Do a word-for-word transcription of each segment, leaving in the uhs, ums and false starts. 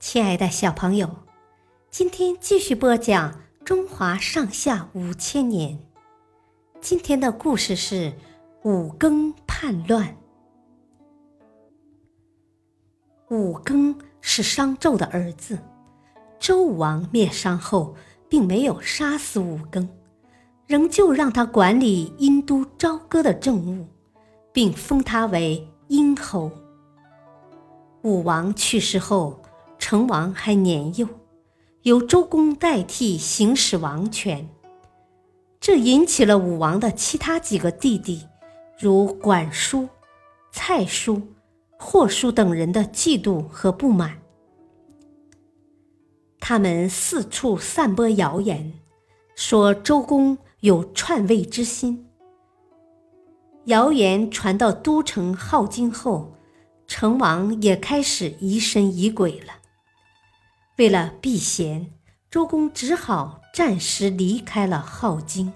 亲爱的小朋友，今天继续播讲中华上下五千年。今天的故事是五更叛乱。五更是商纣的儿子，周武王灭商后并没有杀死五更，仍旧让他管理殷都朝歌的政务，并封他为殷侯。武王去世后，成王还年幼，由周公代替行使王权，这引起了武王的其他几个弟弟，如管叔、蔡叔、霍叔等人的嫉妒和不满。他们四处散播谣言，说周公有篡位之心。谣言传到都城镐京后，成王也开始疑神疑鬼了。为了避嫌，周公只好暂时离开了镐京。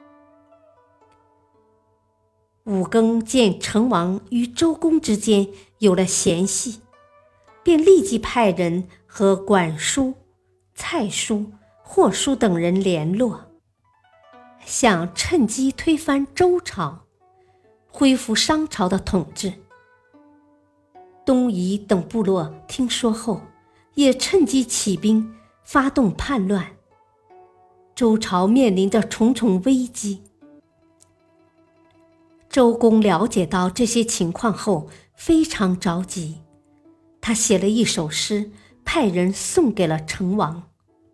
武庚见成王与周公之间有了嫌隙，便立即派人和管叔、蔡叔、霍叔等人联络，想趁机推翻周朝，恢复商朝的统治。东夷等部落听说后，也趁机起兵，发动叛乱。周朝面临着重重危机。周公了解到这些情况后，非常着急，他写了一首诗，派人送给了成王。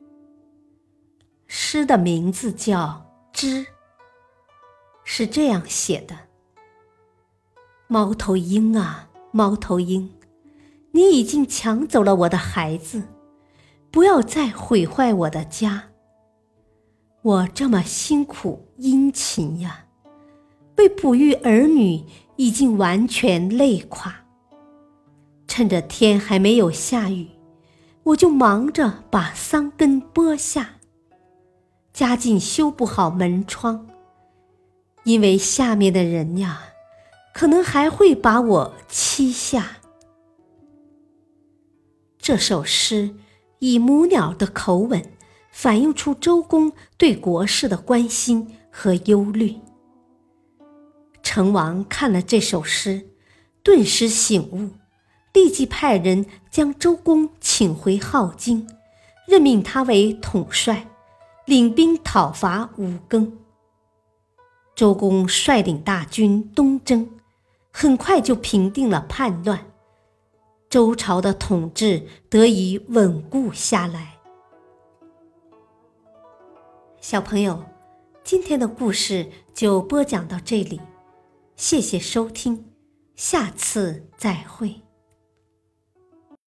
诗的名字叫《知》，是这样写的：猫头鹰啊，猫头鹰，你已经抢走了我的孩子，不要再毁坏我的家。我这么辛苦殷勤呀，为哺育儿女已经完全累垮。趁着天还没有下雨，我就忙着把桑根剥下，加紧修补好门窗，因为下面的人呀，可能还会把我欺下。这首诗以母鸟的口吻，反映出周公对国事的关心和忧虑。成王看了这首诗，顿时醒悟，立即派人将周公请回镐京，任命他为统帅，领兵讨伐武庚。周公率领大军东征，很快就平定了叛乱，周朝的统治得以稳固下来。小朋友，今天的故事就播讲到这里，谢谢收听，下次再会。